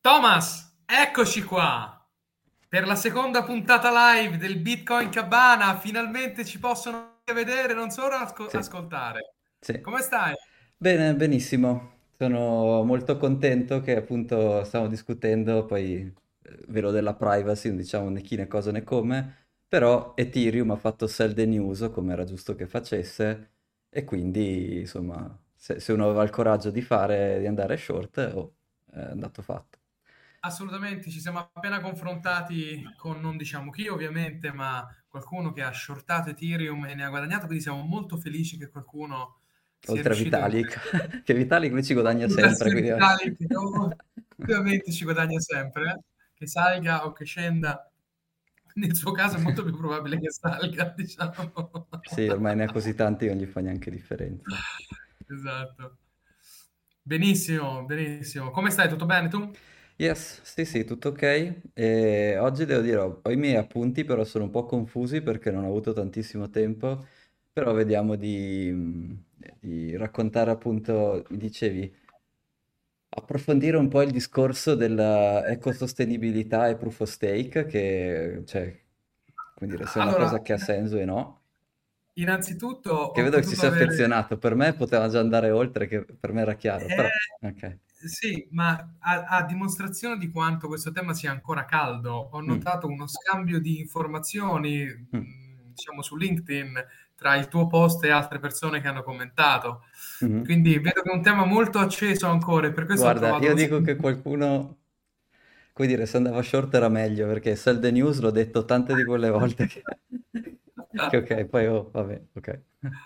Thomas, eccoci qua per la seconda puntata live del Bitcoin Cabana. Finalmente ci possono vedere, non solo Sì, ascoltare. sì. Come stai? Bene, benissimo. Sono molto contento che appunto stiamo discutendo, poi velo della privacy, non diciamo né chi né cosa né come, però Ethereum ha fatto sell the news come era giusto che facesse e quindi insomma se uno aveva il coraggio di andare short, è andato fatto. Assolutamente, ci siamo appena confrontati con, non diciamo chi ovviamente, ma qualcuno che ha shortato Ethereum e ne ha guadagnato, quindi siamo molto felici che qualcuno sia Oltre a riuscito in Vitalik, che Vitalik lui ci guadagna sempre, Fondazione quindi... Vitali che ovviamente ci guadagna sempre, che salga o che scenda. Nel suo caso è molto più probabile che salga, diciamo. Sì, ormai ne ha così tanti che non gli fa neanche differenza. Esatto. Benissimo, benissimo. Come stai? Tutto bene tu? Yes, sì, sì, tutto ok. E oggi devo dire, ho i miei appunti, però sono un po' confusi perché non ho avuto tantissimo tempo, però vediamo di raccontare appunto, mi dicevi, approfondire un po' il discorso della ecosostenibilità e proof of stake, che, cioè, come dire, se è una Allora, cosa che ha senso e no, innanzitutto che ho vedo che si potuto sia avere... affezionato, per me poteva già andare oltre, che per me era chiaro, però, Eh, ok. sì, ma a dimostrazione di quanto questo tema sia ancora caldo, ho Mm, notato uno scambio di informazioni, mm, diciamo su LinkedIn, tra il tuo post e altre persone che hanno commentato. mhm. Quindi vedo che è un tema molto acceso ancora e per questo ho Guarda, trovato io così. dico che qualcuno, come dire, se andava short era meglio, perché sell the news l'ho detto tante di quelle volte che, che ok, poi oh, vabbè, ok.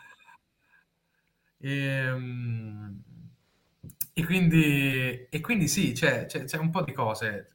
Ehm, e quindi sì, c'è un po' di cose.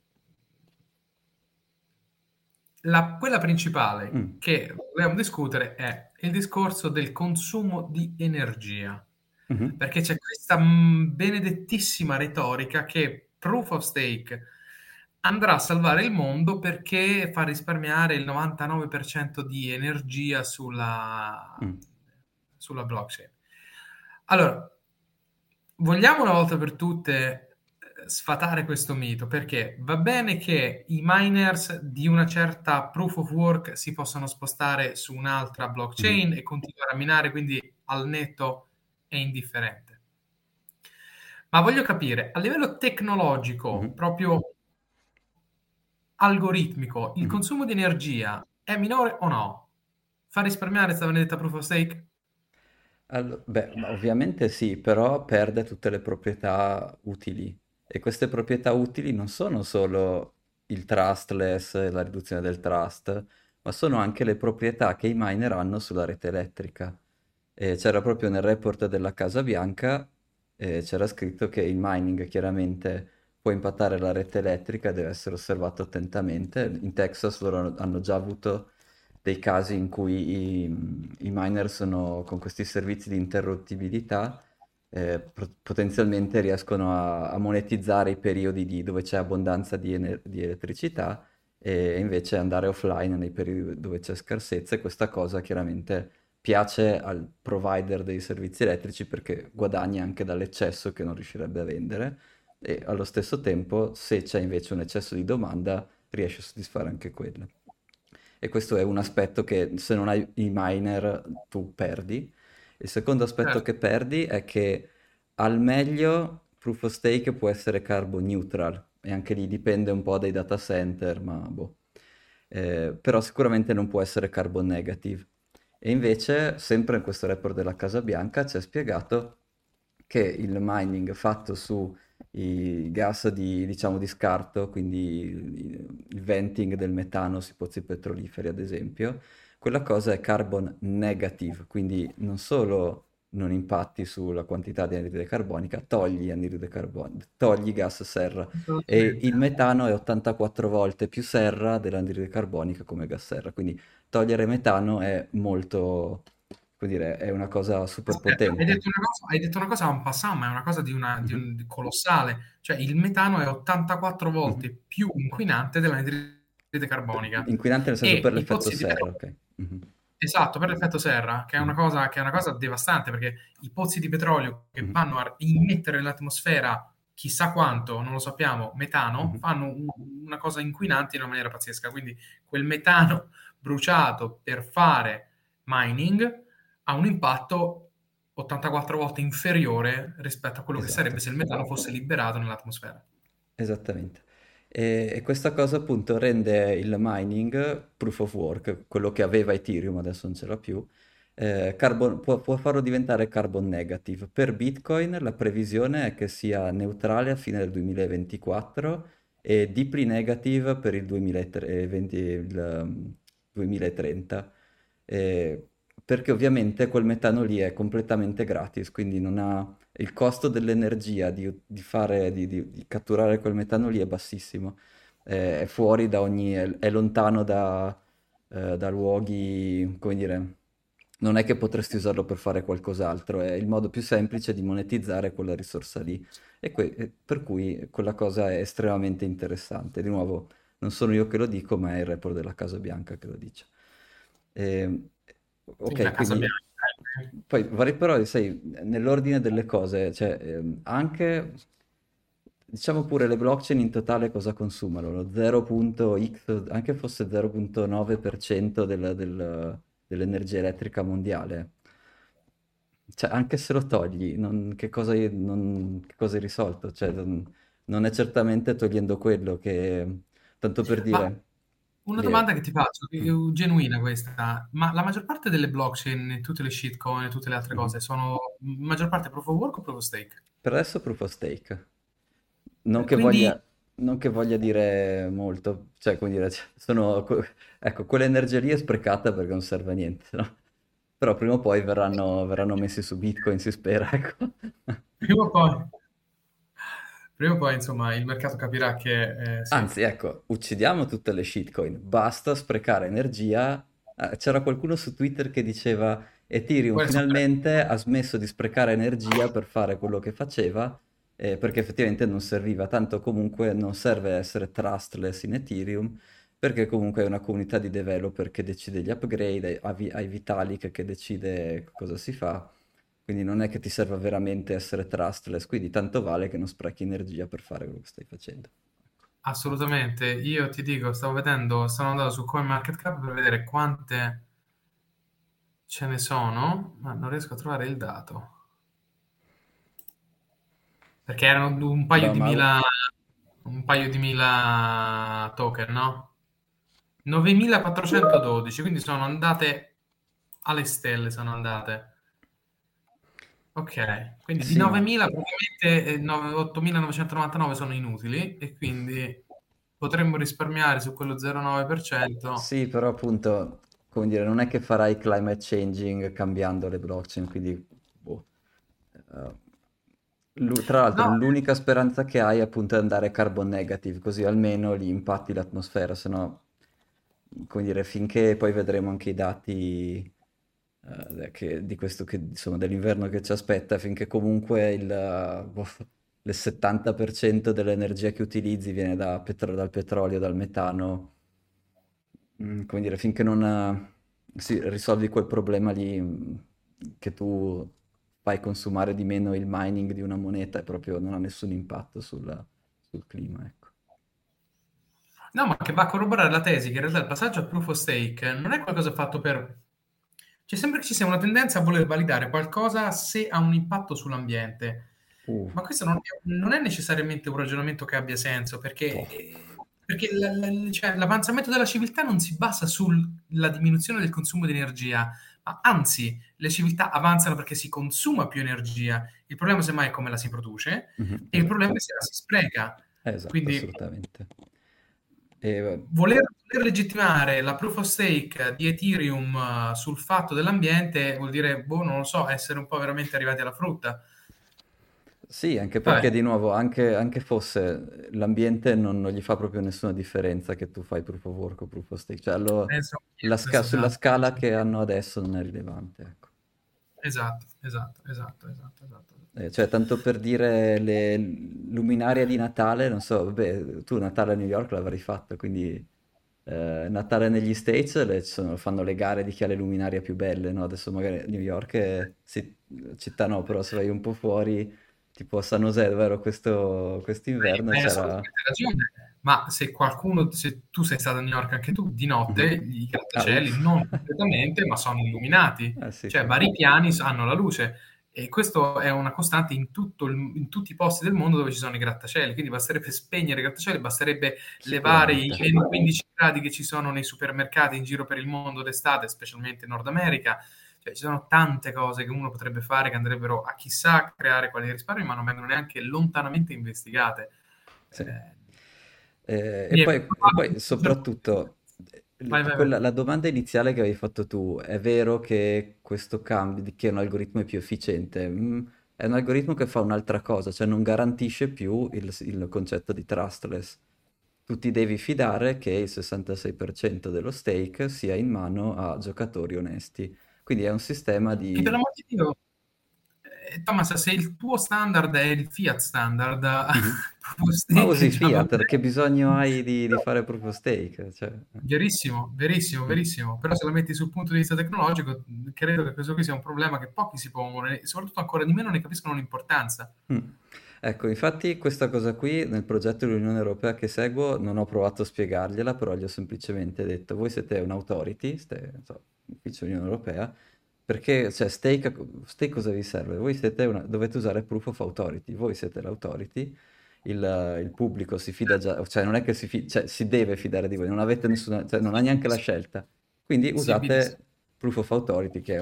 Quella principale Mm, che vogliamo discutere è il discorso del consumo di energia, mhm, perché c'è questa benedettissima retorica che Proof of Stake andrà a salvare il mondo perché fa risparmiare il 99% di energia mm, sulla blockchain. Allora, vogliamo una volta per tutte sfatare questo mito, perché va bene che i miners di una certa proof of work si possano spostare su un'altra mhm, blockchain e continuare a minare, quindi al netto è indifferente. Ma voglio capire, a livello tecnologico, mhm, proprio algoritmico, il mhm. consumo di energia è minore o no? Fa risparmiare questa benedetta proof of stake? Beh, ma ovviamente sì, però perde tutte le proprietà utili. E queste proprietà utili non sono solo il trustless e la riduzione del trust, ma sono anche le proprietà che i miner hanno sulla rete elettrica. E c'era proprio nel report della Casa Bianca, c'era scritto che il mining chiaramente può impattare la rete elettrica e deve essere osservato attentamente. In Texas loro hanno già avuto dei casi in cui i miner sono con questi servizi di interrottibilità, potenzialmente riescono a monetizzare i periodi dove c'è abbondanza di elettricità e invece andare offline nei periodi dove c'è scarsezza e questa cosa chiaramente piace al provider dei servizi elettrici perché guadagna anche dall'eccesso che non riuscirebbe a vendere e allo stesso tempo se c'è invece un eccesso di domanda riesce a soddisfare anche quella. E questo è un aspetto che se non hai i miner tu perdi. Il secondo aspetto Certo. che perdi è che al meglio Proof of Stake può essere carbon neutral e anche lì dipende un po' dai data center, ma boh. Però sicuramente non può essere carbon negative. E invece, sempre in questo report della Casa Bianca, c'è spiegato che il mining fatto su i gas di, diciamo, di scarto, quindi il venting del metano sui pozzi petroliferi, ad esempio, quella cosa è carbon negative, quindi non solo non impatti sulla quantità di anidride carbonica, togli anidride carbonica, togli gas serra. E Assolutamente. il metano è 84 volte più serra dell'anidride carbonica come gas serra, quindi togliere metano è molto, come dire, è una cosa super Aspetta, potente. hai detto una cosa en passant, ma è una cosa Mhm, di colossale. Cioè, il metano è 84 mhm. volte più inquinante dell'anidride carbonica. Inquinante nel senso E per i l'effetto pozzi di serra, petrolio, ok. Mhm, esatto, per l'effetto serra, mhm, che è una cosa devastante, perché i pozzi di petrolio che mhm, vanno a immettere nell'atmosfera chissà quanto, non lo sappiamo, metano, Mhm. fanno una cosa inquinante in una maniera pazzesca. Quindi quel metano bruciato per fare mining ha un impatto 84 volte inferiore rispetto a quello che sarebbe Esatto. se il metano fosse liberato nell'atmosfera. Esattamente. E questa cosa appunto rende il mining proof of work, quello che aveva Ethereum, adesso non ce l'ha più, può farlo diventare carbon negative. Per Bitcoin la previsione è che sia neutrale a fine del 2024 e deeply negative per il 2030. Eh, Perché ovviamente quel metano lì è completamente gratis, quindi non ha il costo dell'energia di catturare quel metano lì è bassissimo. È fuori da ogni, è lontano da luoghi, come dire, non è che potresti usarlo per fare qualcos'altro, è il modo più semplice di monetizzare quella risorsa lì. E per cui quella cosa è estremamente interessante. Di nuovo, non sono io che lo dico, ma è il report della Casa Bianca che lo dice. Ehm, Sì, ok, la Casa quindi Bianca. poi vorrei però, sai, nell'ordine delle cose, cioè anche, diciamo pure le blockchain in totale cosa consumano? Lo 0.x, anche fosse 0.9% dell'energia elettrica mondiale. Cioè, anche se lo togli, che cosa hai risolto? Cioè, non è certamente togliendo quello che, tanto per Ma dire, una le- domanda che ti faccio, che è mm, genuina questa, ma la maggior parte delle blockchain, tutte le shitcoin e tutte le altre mhm. cose, sono in maggior parte proof of work o proof of stake? Per adesso proof of stake. Non che Quindi, voglia, non che voglia dire molto, cioè, come dire, ecco, quell'energia lì è sprecata perché non serve a niente, no? Però prima o poi verranno messi su Bitcoin, si spera, ecco. prima o poi, prima o poi, insomma, il mercato capirà che sì, Anzi, ecco, uccidiamo tutte le shitcoin, basta sprecare energia. C'era qualcuno su Twitter che diceva Ethereum poi è il super. finalmente ha smesso di sprecare energia per fare quello che faceva, perché effettivamente non serviva, tanto comunque non serve essere trustless in Ethereum, perché comunque è una comunità di developer che decide gli upgrade, hai Vitalik che decide cosa si fa, quindi non è che ti serva veramente essere trustless, quindi tanto vale che non sprechi energia per fare quello che stai facendo. Assolutamente, io ti dico, stavo andando su CoinMarketCap per vedere quante ce ne sono, ma non riesco a trovare il dato, perché erano Beh, ma un paio di mila token, no? 9412, quindi sono andate alle stelle, sono andate. Ok, quindi di sì, 9000 praticamente 8999 sono inutili e quindi potremmo risparmiare su quello 0,9%. sì, però appunto, come dire, non è che farai climate changing cambiando le blockchain, quindi, boh. Eh, Tra l'altro, No, l'unica speranza che hai è appunto andare carbon negative, così almeno gli impatti l'atmosfera, se no, come dire, finché poi vedremo anche i dati di questo che, insomma, dell'inverno che ci aspetta, finché comunque il 70% dell'energia che utilizzi viene dal petrolio, dal metano, come dire, finché non sì, risolvi quel problema lì, che tu fai consumare di meno il mining di una moneta e proprio non ha nessun impatto sul clima, ecco. no, ma che va a corroborare la tesi che in realtà il passaggio a proof of stake non è qualcosa fatto per. C'è sempre che ci sia una tendenza a voler validare qualcosa se ha un impatto sull'ambiente. Uh, Ma questo non è necessariamente un ragionamento che abbia senso, perché, toh. perché cioè, l'avanzamento della civiltà non si basa sulla diminuzione del consumo di energia, ma anzi, le civiltà avanzano perché si consuma più energia. Il problema, semmai, è come la si produce, Mhm, e il problema è esatto, se la si spreca. esatto, Quindi assolutamente. E, voler legittimare la proof of stake di Ethereum sul fatto dell'ambiente vuol dire, boh, non lo so, essere un po' veramente arrivati alla frutta. sì, anche perché Vabbè, di nuovo, anche fosse l'ambiente non gli fa proprio nessuna differenza che tu fai proof of work o proof of stake, cioè penso anch'io, stesso sulla caso. scala che hanno adesso non è rilevante, ecco. Esatto, esatto, esatto, esatto, esatto. Cioè, tanto per dire le luminarie di Natale, non so, vabbè, tu Natale a New York l'avrai fatto, quindi Natale negli States fanno le gare di chi ha le luminarie più belle, no? Adesso magari New York è città no, però se vai un po' fuori tipo a San José, dove ero quest'inverno, Hai c'era... assolutamente ragione, ma se tu sei stato a New York anche tu, di notte Mhm. i Ah, grattacieli uff. non completamente, ma sono illuminati, Sì, cioè sì. vari piani hanno la luce e questo è una costante in tutti i posti del mondo dove ci sono i grattacieli, quindi basterebbe spegnere i grattacieli, basterebbe levare i Sicuramente. meno 15 gradi che ci sono nei supermercati in giro per il mondo d'estate, specialmente in Nord America. Cioè, ci sono tante cose che uno potrebbe fare che andrebbero a chissà creare quali risparmi, ma non vengono neanche lontanamente investigate. Sì. Eh, E quindi è poi probabile. soprattutto, Vai, vai, vai. la domanda iniziale che avevi fatto tu, è vero che questo cambio, che un algoritmo è più efficiente? È un algoritmo che fa un'altra cosa, cioè non garantisce più il concetto di trustless. Tu ti devi fidare che il 66% dello stake sia in mano a giocatori onesti. Quindi è un sistema E per di... l'amor di Dio, Thomas, se il tuo standard è il fiat standard, Mhm. proprio Ma stake usi già va Fiat, che bene. bisogno hai di fare proof of stake? Cioè, Verissimo, verissimo, mm. verissimo. Però se lo metti sul punto di vista tecnologico, credo che questo qui sia un problema che pochi si pongono e soprattutto ancora di meno ne capiscono l'importanza. Mm. Ecco, infatti questa cosa qui nel progetto dell'Unione Europea che seguo non ho provato a spiegargliela, però gli ho semplicemente detto, voi siete un'autority, siete, non so, ufficio Unione Europea, perché, cioè, stake cosa vi serve? Voi siete dovete usare proof of authority, voi siete l'authority, il pubblico si fida già, cioè non è che cioè, si deve fidare di voi, non avete nessuna, cioè non ha neanche la scelta. Quindi Possibilissimo. usate proof of authority, che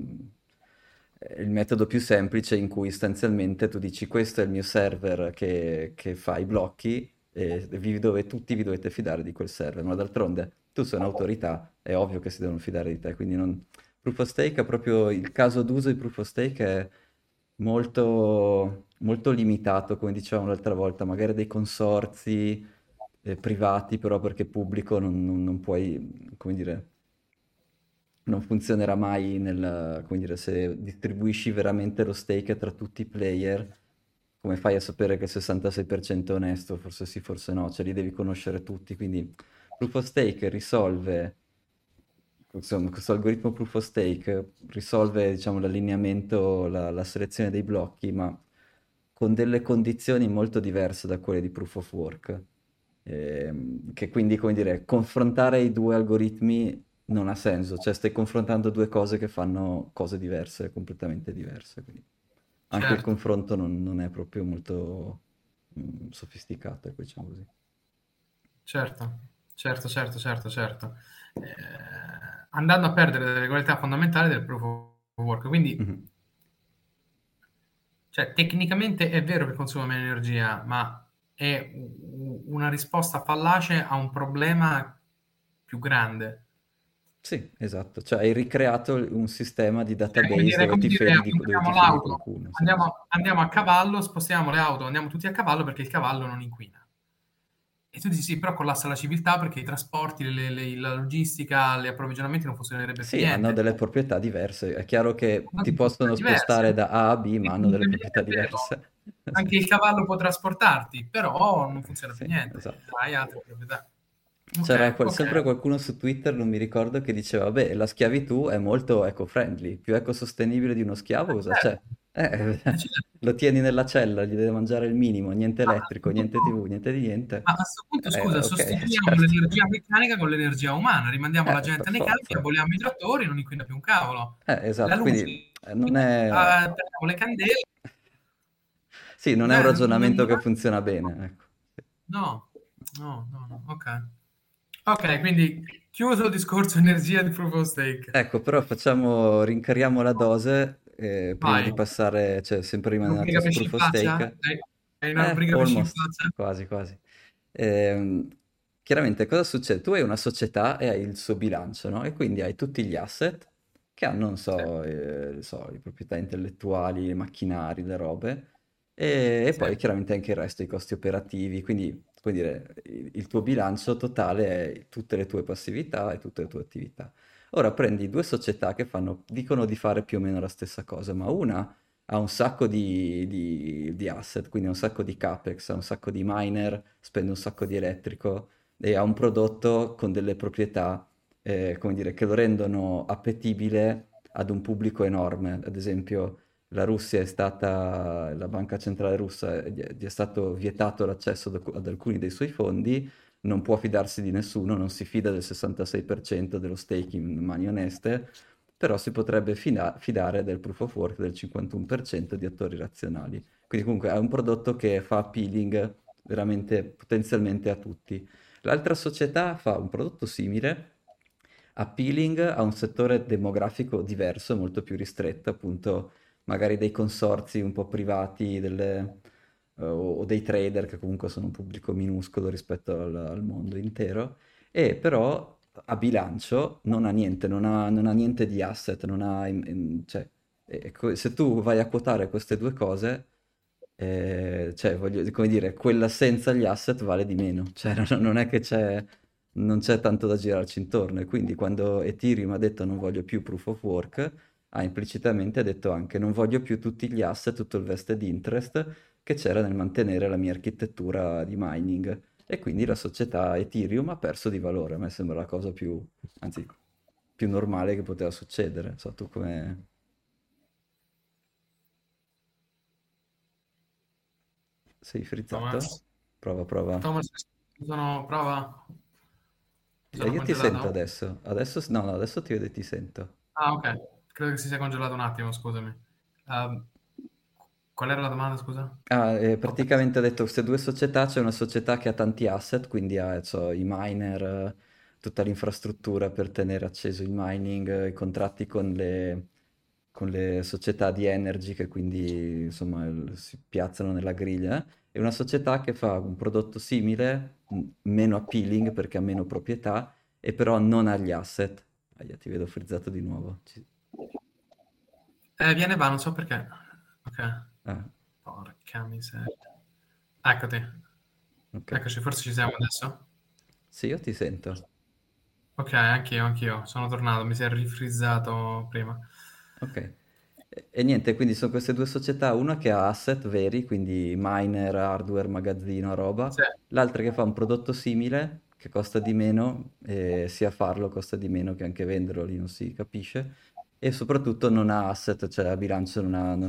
è il metodo più semplice in cui sostanzialmente tu dici questo è il mio server che fa i blocchi e tutti vi dovete fidare di quel server, ma d'altronde tu sei un'autorità, è ovvio che si devono fidare di te, quindi non... Proof of Stake è proprio il caso d'uso di Proof of Stake è molto, molto limitato, come dicevamo l'altra volta, magari dei consorzi privati, però perché pubblico non puoi, come dire, non funzionerà mai come dire, se distribuisci veramente lo stake tra tutti i player, come fai a sapere che il 66% è onesto? Forse sì, forse no, ce li devi conoscere tutti, quindi Proof of Stake risolve, insomma, questo algoritmo Proof of Stake risolve, diciamo, l'allineamento, la selezione dei blocchi, ma con delle condizioni molto diverse da quelle di Proof of Work. Che quindi, come dire, confrontare i due algoritmi non ha senso, cioè stai confrontando due cose che fanno cose diverse, completamente diverse. Quindi anche il Certo, confronto non è proprio molto sofisticato, ecco, diciamo così. certo, certo, certo, certo, certo. Andando a perdere delle qualità fondamentali del proof of work. Quindi, Mhm. cioè, tecnicamente è vero che consuma meno energia, ma è una risposta fallace a un problema più grande. Sì, esatto, cioè hai ricreato un sistema di database È dove come ti dire, dove ti compriamo fidi di l'auto, qualcuno, sì. andiamo a cavallo, spostiamo le auto, andiamo tutti a cavallo perché il cavallo non inquina. E tu dici sì, però collassa la civiltà perché i trasporti, la logistica, gli approvvigionamenti non funzionerebbe più Sì, hanno niente. delle proprietà diverse. È chiaro che Sono ti proprietà possono diverse. spostare da A a B, ma hanno delle Tecnicamente proprietà è vero, diverse. anche il cavallo può trasportarti, però non funziona più Sì, niente, esatto. hai altre proprietà. C'era Ok, ok. sempre qualcuno su Twitter, non mi ricordo, che diceva, vabbè, la schiavitù è molto eco-friendly, più ecosostenibile di uno schiavo, cosa c'è? Certo, certo. Lo tieni nella cella, gli deve mangiare il minimo, niente Ma elettrico, niente TV, niente di niente. ma a questo punto, scusa, Ok, sostituiamo certo. l'energia meccanica con l'energia umana, rimandiamo la Per gente nei campi, forza. aboliamo i trattori, non inquina più un cavolo. La Esatto, luce, quindi non è... prendiamo le candele, Sì, non è un ragionamento non che funziona bene, ecco. no, no, no, no, ok. Ok, quindi chiuso il discorso energia di Proof of Stake. Ecco, però rincariamo la dose prima di Vai, passare, cioè sempre rimanere un attimo rubrica su pesci in Proof of faccia? Stake. Hai una rubrica pesci in Almost, faccia? quasi, quasi. Ehm, chiaramente cosa succede? Tu hai una società e hai il suo bilancio, no? E quindi hai tutti gli asset che hanno, non Sì, so, le proprietà intellettuali, i macchinari, le robe, e sì, poi chiaramente anche il resto, i costi operativi. Quindi, come dire, il tuo bilancio totale è tutte le tue passività e tutte le tue attività. Ora prendi due società che dicono di fare più o meno la stessa cosa, ma una ha un sacco di asset, quindi ha un sacco di capex, ha un sacco di miner, spende un sacco di elettrico e ha un prodotto con delle proprietà, come dire, che lo rendono appetibile ad un pubblico enorme. Ad esempio, la Russia è stata, la banca centrale russa, gli è stato vietato l'accesso ad alcuni dei suoi fondi, non può fidarsi di nessuno, non si fida del 66% dello stake in mani oneste, però si potrebbe fidare del proof of work del 51% di attori razionali. Quindi comunque è un prodotto che fa appealing veramente potenzialmente a tutti. L'altra società fa un prodotto simile, appealing a un settore demografico diverso, molto più ristretto, appunto magari dei consorzi un po' privati o dei trader che comunque sono un pubblico minuscolo rispetto al mondo intero, e però a bilancio non ha niente, non ha niente di asset, non ha, cioè, se tu vai a quotare queste due cose, cioè, voglio, come dire, quella senza gli asset vale di meno, cioè non è che non c'è tanto da girarci intorno, e quindi quando Ethereum ha detto non voglio più proof of work, ha implicitamente detto anche non voglio più tutti gli asset, tutto il vested interest che c'era nel mantenere la mia architettura di mining. E quindi la società Ethereum ha perso di valore. A me sembra la cosa più, anzi, più normale che poteva succedere. So tu come... Sei frizzato? Thomas, Prova, prova. Thomas, prova, mi sono Io ti sento congelato? adesso. Adesso, no, no, adesso ti vedo e ti sento. Ah, ok, credo che si sia congelato un attimo, scusami. Ehm, qual era la domanda, scusa? Ah, Ho perso. praticamente ho detto queste due società, c'è una società che ha tanti asset, quindi ha so, i miner, tutta l'infrastruttura per tenere acceso il mining, i contratti con le società di energy che quindi insomma si piazzano nella griglia, e una società che fa un prodotto simile, meno appealing perché ha meno proprietà, e però non ha gli asset. Ahia, ti vedo frizzato di nuovo. Viene va, non so perché. Ok, Ah, porca miseria. Eccoti, ok. eccoci, forse ci siamo adesso? Sì, io ti sento. Ok, anch'io, sono tornato, mi si è rifrizzato prima. Ok. E niente, quindi sono queste due società, una che ha asset veri, quindi miner, hardware, magazzino, roba, Sì. l'altra che fa un prodotto simile, che costa di meno, e sia farlo costa di meno che anche venderlo, lì non si capisce, e soprattutto non ha asset, cioè a bilancio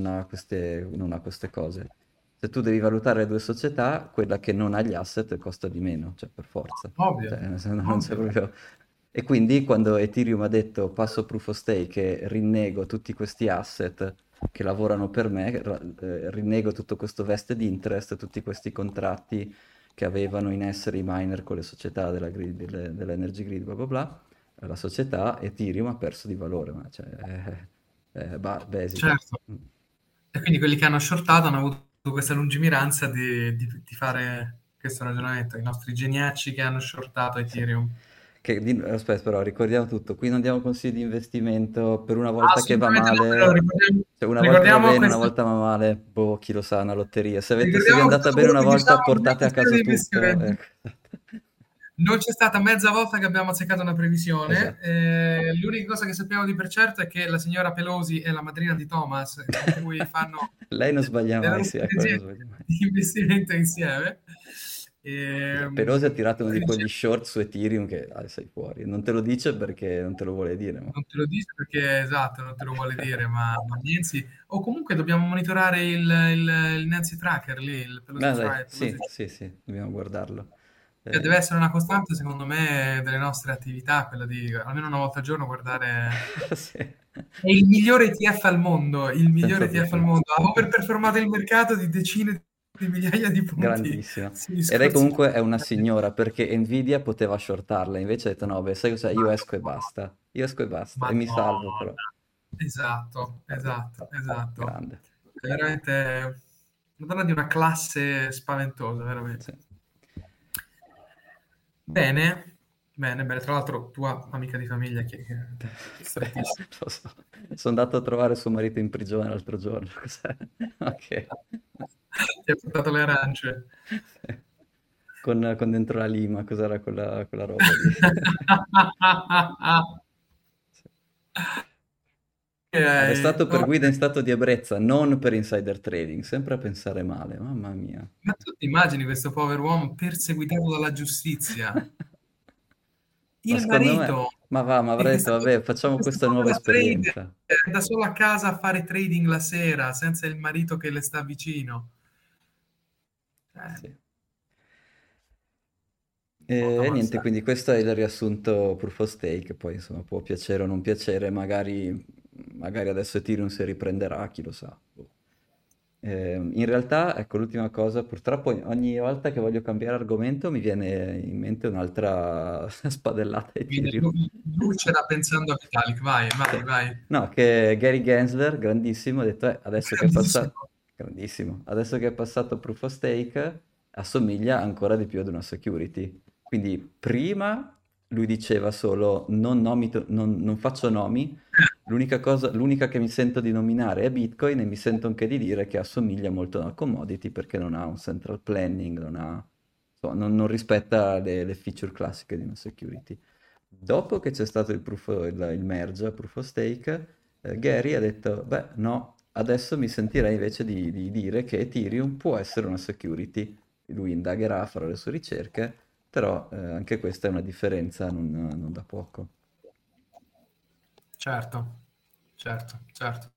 non ha queste cose. Se tu devi valutare le due società, quella che non ha gli asset costa di meno, cioè per forza. Ovvio, Cioè, non c'è ovvio. proprio... E quindi quando Ethereum ha detto passo proof of stake e rinnego tutti questi asset che lavorano per me, rinnego tutto questo vested interest, tutti questi contratti che avevano in essere i miner con le società dell'energy grid, bla bla bla, la società Ethereum ha perso di valore, ma cioè, è basic. Certo. E quindi quelli che hanno shortato hanno avuto questa lungimiranza di fare questo ragionamento, i nostri geniacci che hanno shortato Sì. Ethereum. Aspetta, però ricordiamo tutto. Qui non diamo consigli di investimento per una volta che va Assolutamente no, però male. Cioè, una volta va ricordiamo bene, una questo, volta va male. Boh, chi lo sa, una lotteria. Se vi è ricordiamo andata questo bene quello una che volta, diciamo in portate a questa casa tutto. trasmissione. Ecco. Non c'è stata mezza volta che abbiamo azzeccato una previsione. Esatto. L'unica cosa che sappiamo di per certo è che la signora Pelosi è la madrina di Thomas, con cui fanno Lei non sbaglia le mai, loro sì, ecco, lei non strategie sbaglia mai. di investimento insieme. Pelosi ha tirato uno di Quindi quegli short su Ethereum che sei fuori. Non te lo dice perché non te lo vuole dire, ma... non te lo dice perché esatto, non te lo vuole dire, ma Nancy, o comunque dobbiamo monitorare il Nancy Tracker lì, il Pelosi, Ma dai, Pelosi. sì, sì, sì, dobbiamo guardarlo. Cioè, deve Eh, essere una costante, secondo me, delle nostre attività, quella di almeno una volta al giorno guardare. sì, È il migliore ETF al mondo, il migliore senza ETF al dubbio. mondo. Ha overperformato il mercato di decine di migliaia di punti Grandissima. sugli E lei scorsi comunque è una 5 anni. signora perché Nvidia poteva shortarla, invece ha detto no, beh, sai cos'è? Io esco e basta. Io esco e basta. E mi salvo però. Madonna. Esatto, Vabbè, esatto, esatto. grande. È veramente una donna di una classe spaventosa, Sì. veramente. Bene, bene, bene. Tra l'altro, tua amica di famiglia che strettissima. Lo so. Sono andato a trovare suo marito in prigione l'altro giorno. Cos'è? Ok. Ti ha portato le arance. Con dentro la lima, cos'era quella roba lì? Sì. Ok, Arrestato per ok. guida in stato di ebbrezza, non per insider trading, sempre a pensare male, mamma mia. Ma tu ti immagini questo povero uomo perseguitato dalla giustizia? Ma Il secondo me, marito ma va, ma avrei è detto, stato, vabbè, facciamo è questa stato nuova da trader, esperienza. è da solo a casa a fare trading la sera senza il marito che le sta vicino. Sì. Poco E ma niente, sta. quindi questo è il riassunto Proof of Stake, poi insomma può piacere o non piacere, magari adesso Ethereum si riprenderà, chi lo sa. Boh. In realtà, ecco l'ultima cosa, purtroppo ogni volta che voglio cambiare argomento mi viene in mente un'altra spadellata Viene Ethereum. lucida pensando a Vitalik. Vai, vai, Cioè, vai. no, che Gary Gensler, grandissimo, ha detto, adesso che è Grandissimo. passato, grandissimo, adesso che è passato Proof of Stake, assomiglia ancora di più ad una security. Quindi prima lui diceva solo non faccio nomi, l'unica che mi sento di nominare è Bitcoin e mi sento anche di dire che assomiglia molto a una commodity perché non ha un central planning, insomma, non rispetta le feature classiche di una security. Dopo che c'è stato il merge, Proof of Stake, Gary ha detto, beh, no, adesso mi sentirei invece di dire che Ethereum può essere una security. Lui indagherà, farà le sue ricerche, però anche questa è una differenza non da poco. Certo, certo, certo.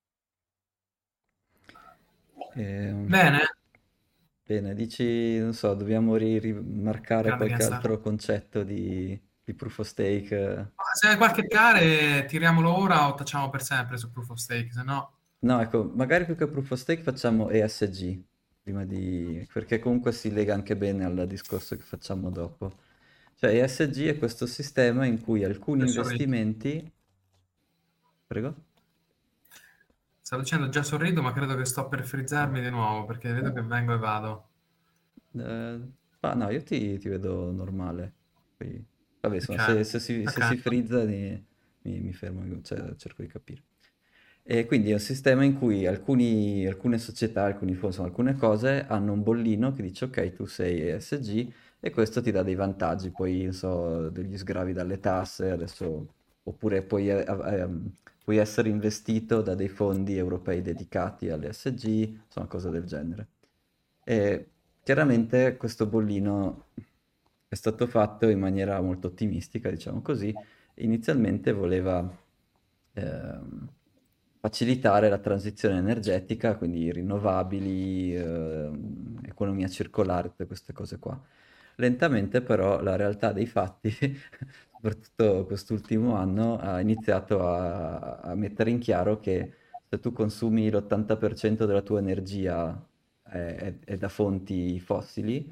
Ehm, Bene, Bene, dici, non so, dobbiamo rimarcare grande qualche Genstar. altro concetto di Proof of Stake? Ma se hai qualche gare, tiriamolo ora o tacciamo per sempre su Proof of Stake, se no... No, ecco, magari più che Proof of Stake facciamo ESG, perché comunque si lega anche bene al discorso che facciamo dopo. Cioè, ESG è questo sistema in cui alcuni Già sorrido. investimenti... Prego? Stavo dicendo già sorrido, ma credo che sto per frizzarmi di nuovo, perché vedo che vengo e vado. Eh, no, io ti vedo normale. Poi, vabbè, Ok, insomma, se si ok. frizza mi fermo, cioè, cerco di capire. E quindi è un sistema in cui alcune società, alcuni fondi, insomma, alcune cose hanno un bollino che dice ok, tu sei ESG e questo ti dà dei vantaggi, poi non so, degli sgravi dalle tasse, adesso, oppure puoi essere investito da dei fondi europei dedicati all'ESG, insomma, cose del genere. E chiaramente questo bollino è stato fatto in maniera molto ottimistica, diciamo così. Inizialmente voleva ehm, facilitare la transizione energetica, quindi rinnovabili, economia circolare, tutte queste cose qua. Lentamente però la realtà dei fatti, soprattutto quest'ultimo anno, ha iniziato a mettere in chiaro che se tu consumi l'80% della tua energia è da fonti fossili,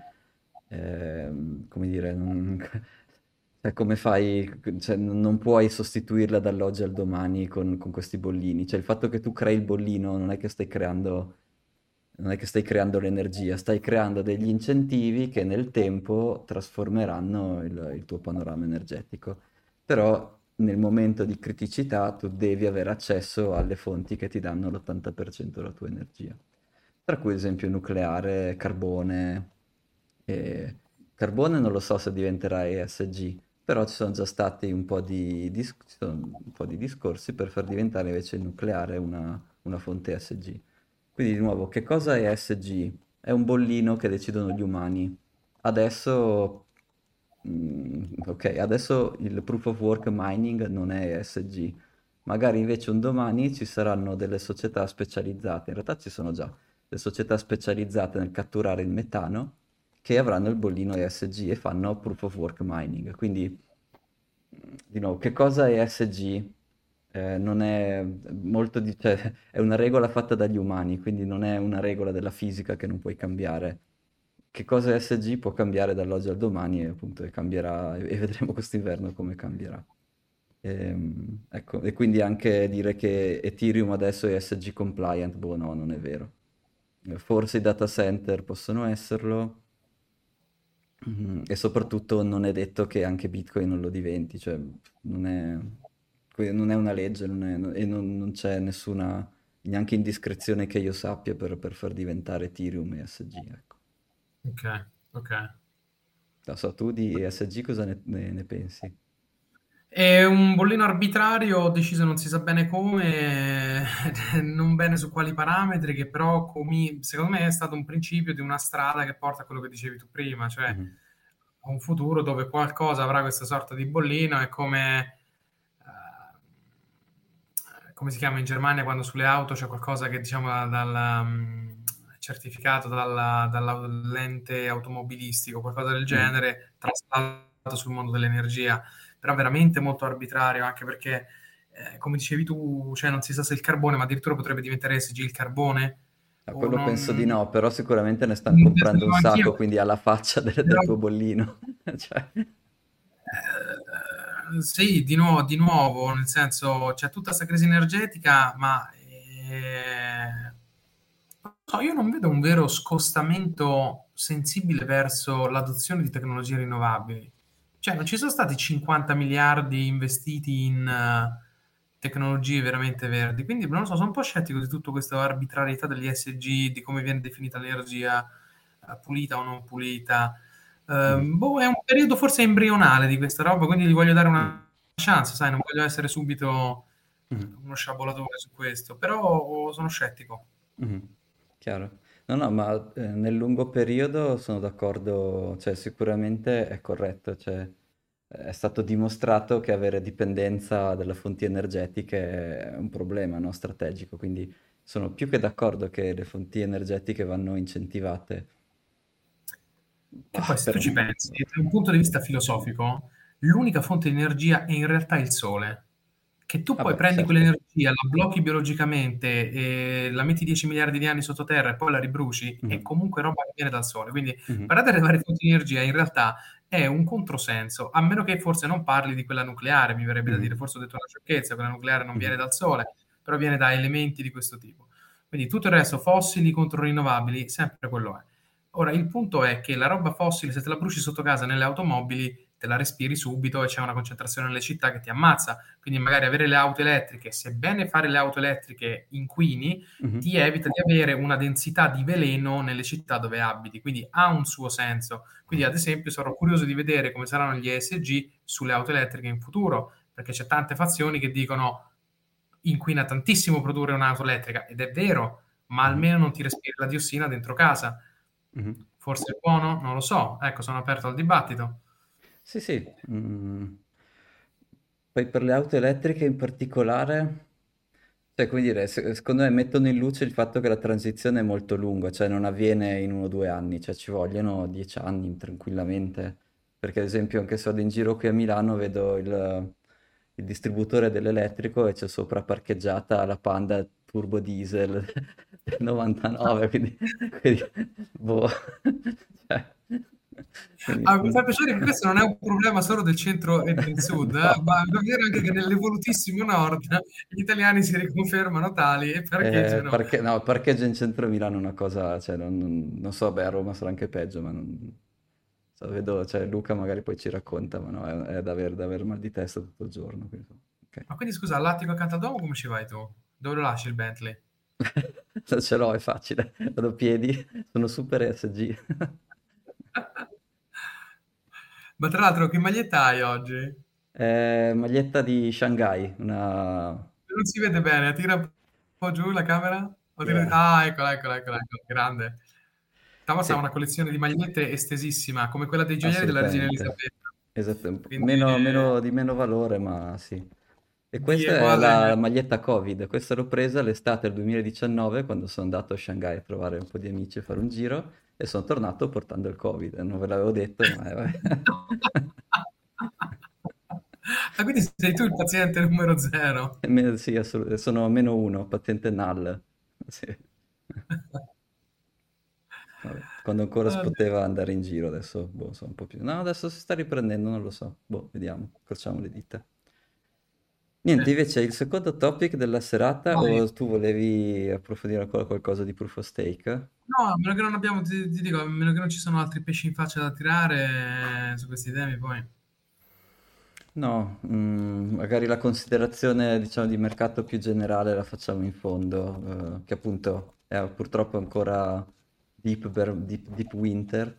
come dire, cioè, come fai, cioè, non puoi sostituirla dall'oggi al domani con questi bollini. Cioè, il fatto che tu crei il bollino non è che stai creando l'energia, stai creando degli incentivi che nel tempo trasformeranno il tuo panorama energetico. Però nel momento di criticità tu devi avere accesso alle fonti che ti danno l'80% della tua energia. Tra cui ad esempio nucleare, carbone. E carbone non lo so se diventerà ESG, però ci sono già stati un po' di discorsi per far diventare invece il nucleare una fonte ESG. Quindi di nuovo, che cosa è ESG? È un bollino che decidono gli umani. Adesso, ok, adesso il proof of work mining non è ESG. Magari invece un domani ci saranno delle società specializzate, in realtà ci sono già, le società specializzate nel catturare il metano che avranno il bollino ESG e fanno proof of work mining. Quindi, di nuovo, che cosa è ESG? Non è cioè, è una regola fatta dagli umani, quindi non è una regola della fisica che non puoi cambiare. Che cosa è ESG può cambiare dall'oggi al domani e appunto cambierà e vedremo quest'inverno come cambierà. Ecco, e quindi anche dire che Ethereum adesso è ESG compliant, boh no, non è vero. Forse i data center possono esserlo, e soprattutto non è detto che anche Bitcoin non lo diventi, cioè non è una legge e non c'è nessuna, neanche indiscrezione che io sappia per far diventare Ethereum ESG, ecco. Ok, ok. Non so, tu di ESG cosa ne pensi? È un bollino arbitrario deciso non si sa bene come, non bene su quali parametri, che però secondo me è stato un principio di una strada che porta a quello che dicevi tu prima, cioè Mhm. un futuro dove qualcosa avrà questa sorta di bollino, è come si chiama in Germania quando sulle auto c'è qualcosa che diciamo certificato dall'ente automobilistico, qualcosa del Mhm. genere, traslato sul mondo dell'energia, però veramente molto arbitrario, anche perché, come dicevi tu, cioè non si sa se il carbone, ma addirittura potrebbe diventare ESG il carbone, A o quello penso di non... no, però sicuramente ne stanno Ne comprando un sapevo anch'io, sacco, quindi alla faccia del però tuo bollino. Cioè, sì, di nuovo, nel senso c'è tutta questa crisi energetica, ma non so, io non vedo un vero scostamento sensibile verso l'adozione di tecnologie rinnovabili. Cioè, non ci sono stati 50 miliardi investiti in tecnologie veramente verdi, quindi non lo so, sono un po' scettico di tutta questa arbitrarietà degli ESG, di come viene definita l'energia pulita o non pulita. mhm, Boh, è un periodo forse embrionale di questa roba, quindi gli voglio dare mm, una chance, sai, non voglio essere subito mhm, uno sciabolatore su questo, però sono scettico. mhm. Chiaro. No, no, ma nel lungo periodo sono d'accordo, cioè sicuramente è corretto, cioè è stato dimostrato che avere dipendenza dalle fonti energetiche è un problema, no, strategico, quindi sono più che d'accordo che le fonti energetiche vanno incentivate. Che poi, se tu Per... ci pensi, da un punto di vista filosofico, l'unica fonte di energia è in realtà il sole. Che tu poi Vabbè, prendi certo. quell'energia, la blocchi biologicamente e la metti 10 miliardi di anni sottoterra e poi la ribruci, è Mhm, comunque roba che viene dal sole. Quindi mhm, parlare delle varie fonti di energia in realtà è un controsenso, a meno che forse non parli di quella nucleare, mi verrebbe da dire, mhm, forse ho detto una sciocchezza, quella nucleare non viene mhm, dal sole, però viene da elementi di questo tipo. Quindi tutto il resto, fossili contro rinnovabili, sempre quello è. Ora, il punto è che la roba fossile, se te la bruci sotto casa nelle automobili, te la respiri subito e c'è una concentrazione nelle città che ti ammazza. Quindi magari avere le auto elettriche, sebbene fare le auto elettriche inquini, mhm, ti evita di avere una densità di veleno nelle città dove abiti. Quindi ha un suo senso. Quindi, ad esempio, sarò curioso di vedere come saranno gli ESG sulle auto elettriche in futuro, perché c'è tante fazioni che dicono inquina tantissimo produrre un'auto elettrica, ed è vero, ma mhm, almeno non ti respiri la diossina dentro casa. mhm. Forse è buono? Non lo so. Ecco, sono aperto al dibattito. Sì, sì. Poi per le auto elettriche in particolare, cioè, come dire, secondo me mettono in luce il fatto che la transizione è molto lunga, cioè non avviene in 1 o 2 anni, cioè ci vogliono 10 anni tranquillamente. Perché ad esempio anche se vado in giro qui a Milano vedo il distributore dell'elettrico e c'è sopra parcheggiata la Panda turbo diesel del 99, quindi boh, cioè, Ah, mi fa quindi- piacere che questo non è un problema solo del centro e del sud, no. ma devo dire anche che nell'evolutissimo nord gli italiani si riconfermano tali e parcheggiano. No, il parcheggio in centro a Milano è una cosa, cioè, non so, beh, a Roma sarà anche peggio, ma so, vedo, cioè, Luca magari poi ci racconta, ma no, è da aver mal di testa tutto il giorno, quindi, ok. Ma quindi scusa, all'attico accanto a Domo come ci vai tu? Dove lo lasci il Bentley? Se ce l'ho, è facile, vado a piedi, sono super ESG. Ma tra l'altro che maglietta hai oggi? Maglietta di Shanghai, una... Non si vede bene, tira un po' giù la camera. Yeah. Ah, eccola, eccola, eccola, eccola, grande. Thomas ha Sì, una collezione di magliette estesissima, come quella dei gioielli della regina assolutamente. Elisabetta. Esatto, Quindi di meno valore, ma sì. E di questa è uguale. la maglietta Covid. Questa l'ho presa l'estate del 2019 quando sono andato a Shanghai a trovare un po' di amici e fare un giro e sono tornato portando il Covid. Non ve l'avevo detto, ma vabbè. Ah, quindi sei tu il paziente numero 0. Sì, sono meno uno, patente null. Sì. Vabbè, quando ancora si Ah, poteva andare in giro, adesso boh, sono un po' più... No, adesso si sta riprendendo, non lo so. Boh, vediamo, incrociamo le dita. Niente, invece il secondo topic della serata, vai. o tu volevi approfondire ancora qualcosa di Proof of Stake? No, a meno che non abbiamo, ti dico, a meno che non ci sono altri pesci in faccia da tirare su questi temi, poi. No, magari la considerazione, diciamo, di mercato più generale la facciamo in fondo, che appunto è purtroppo ancora deep winter,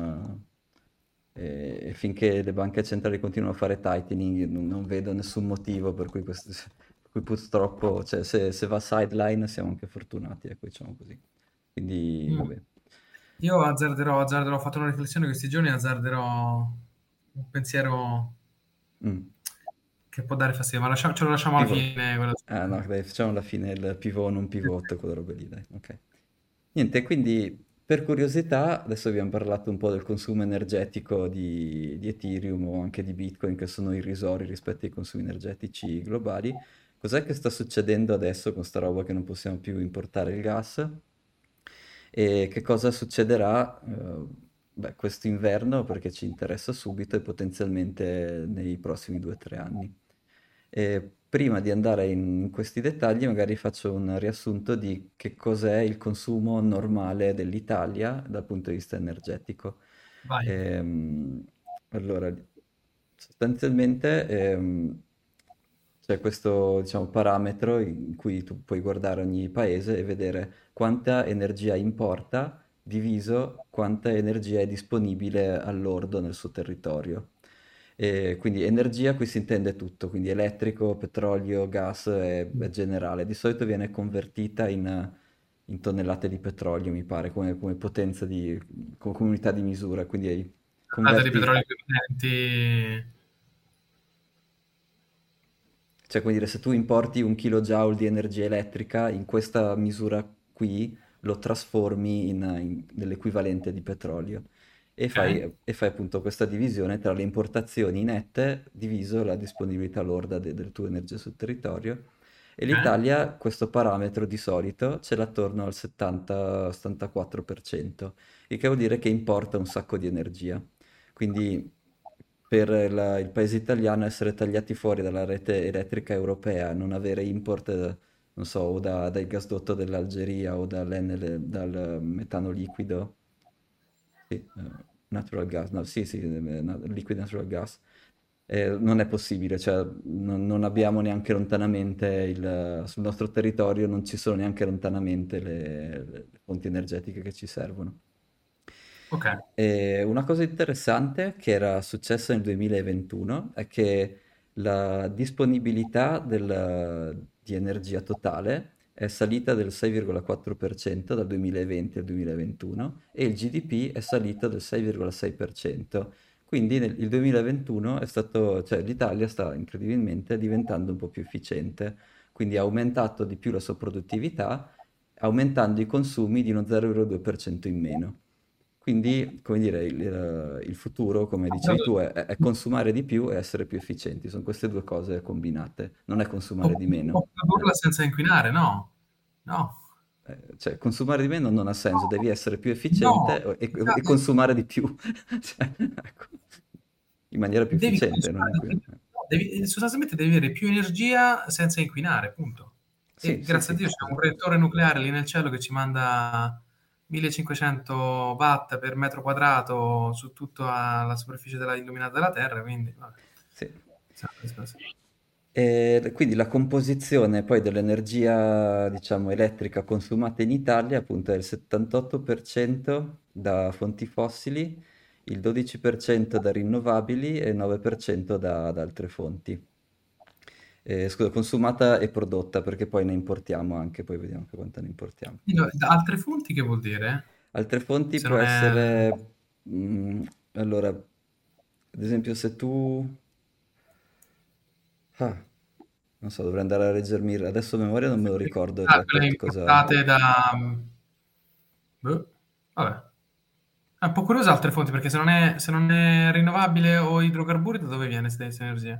e finché le banche centrali continuano a fare tightening, non vedo nessun motivo per cui purtroppo, cioè, se va sideline siamo anche fortunati, ecco, diciamo così. Quindi, Mm. vabbè. Io azzarderò, ho fatto una riflessione questi giorni, azzarderò un pensiero Mm. che può dare fastidio, ma ce lo lasciamo alla Pivot. fine. Ah no, dai, facciamo alla fine il pivot, non pivot, quella roba lì, dai, ok. Niente, quindi per curiosità, adesso abbiamo parlato un po' del consumo energetico di Ethereum o anche di Bitcoin, che sono irrisori rispetto ai consumi energetici globali. Cos'è che sta succedendo adesso con sta roba che non possiamo più importare il gas? E che cosa succederà, beh, quest'inverno, perché ci interessa subito e potenzialmente nei prossimi 2 o 3 anni. E prima di andare in questi dettagli, magari faccio un riassunto di che cos'è il consumo normale dell'Italia dal punto di vista energetico. Vai. Ehm, allora, sostanzialmente c'è questo, diciamo, parametro in cui tu puoi guardare ogni paese e vedere quanta energia importa diviso quanta energia è disponibile al lordo nel suo territorio. E quindi energia qui si intende tutto, quindi elettrico, petrolio, gas è generale. Di solito viene convertita in tonnellate di petrolio, mi pare, come potenza come unità di misura. Quindi Date di converti, petrolio equivalenti. cioè, come dire, se tu importi 1 kJ di energia elettrica, in questa misura qui lo trasformi nell'equivalente di petrolio Ok? e fai appunto questa divisione tra le importazioni nette diviso la disponibilità lorda delle tue energie sul territorio. E Ok? l'Italia questo parametro di solito ce l'ha attorno al 70-74%, il che vuol dire che importa un sacco di energia. Quindi per il paese italiano essere tagliati fuori dalla rete elettrica europea, non avere import, non so, o dal gasdotto dell'Algeria o dal metano liquido, sì, natural gas, no, sì, sì, liquid natural gas, non è possibile, cioè non abbiamo neanche lontanamente sul nostro territorio non ci sono neanche lontanamente le fonti energetiche che ci servono. Ok. E una cosa interessante che era successa nel 2021 è che la disponibilità di energia totale è salita del 6,4% dal 2020 al 2021 e il GDP è salito del 6,6%. Quindi il 2021 è stato, cioè l'Italia sta incredibilmente diventando un po' più efficiente, quindi ha aumentato di più la sua produttività, aumentando i consumi di uno 0,2% in meno. Quindi, come dire, il futuro, come dicevi tu, è consumare di più e essere più efficienti. Sono queste due cose combinate, non è consumare di O meno. produrla senza inquinare, no? No. Cioè, consumare di meno non ha senso, devi essere più efficiente No. e consumare di più, Cioè, ecco, in maniera più Devi efficiente, non consumare di più. inquinare. No, sostanzialmente devi avere più energia senza inquinare, punto. Sì, E sì, grazie a sì, Dio c'è un esatto. reattore nucleare lì nel cielo che ci manda 1500 watt per metro quadrato su tutta la superficie illuminata della Terra, quindi vabbè. Sì. Sì. E quindi la composizione poi dell'energia, diciamo, elettrica consumata in Italia appunto è il 78% da fonti fossili, il 12% da rinnovabili e il 9% da altre fonti. Scusa, consumata e prodotta perché poi ne importiamo anche, poi vediamo anche quanta ne importiamo. Da altre fonti che vuol dire? Altre fonti Se può non è... essere, allora, ad esempio se tu... Ah, non so, dovrei andare a leggermi, adesso a memoria non me lo ricordo Quelle esattamente cosa... importate da... boh, vabbè. È un po' curiosa altre fonti, perché se non è rinnovabile o idrocarburi, da dove viene questa energia?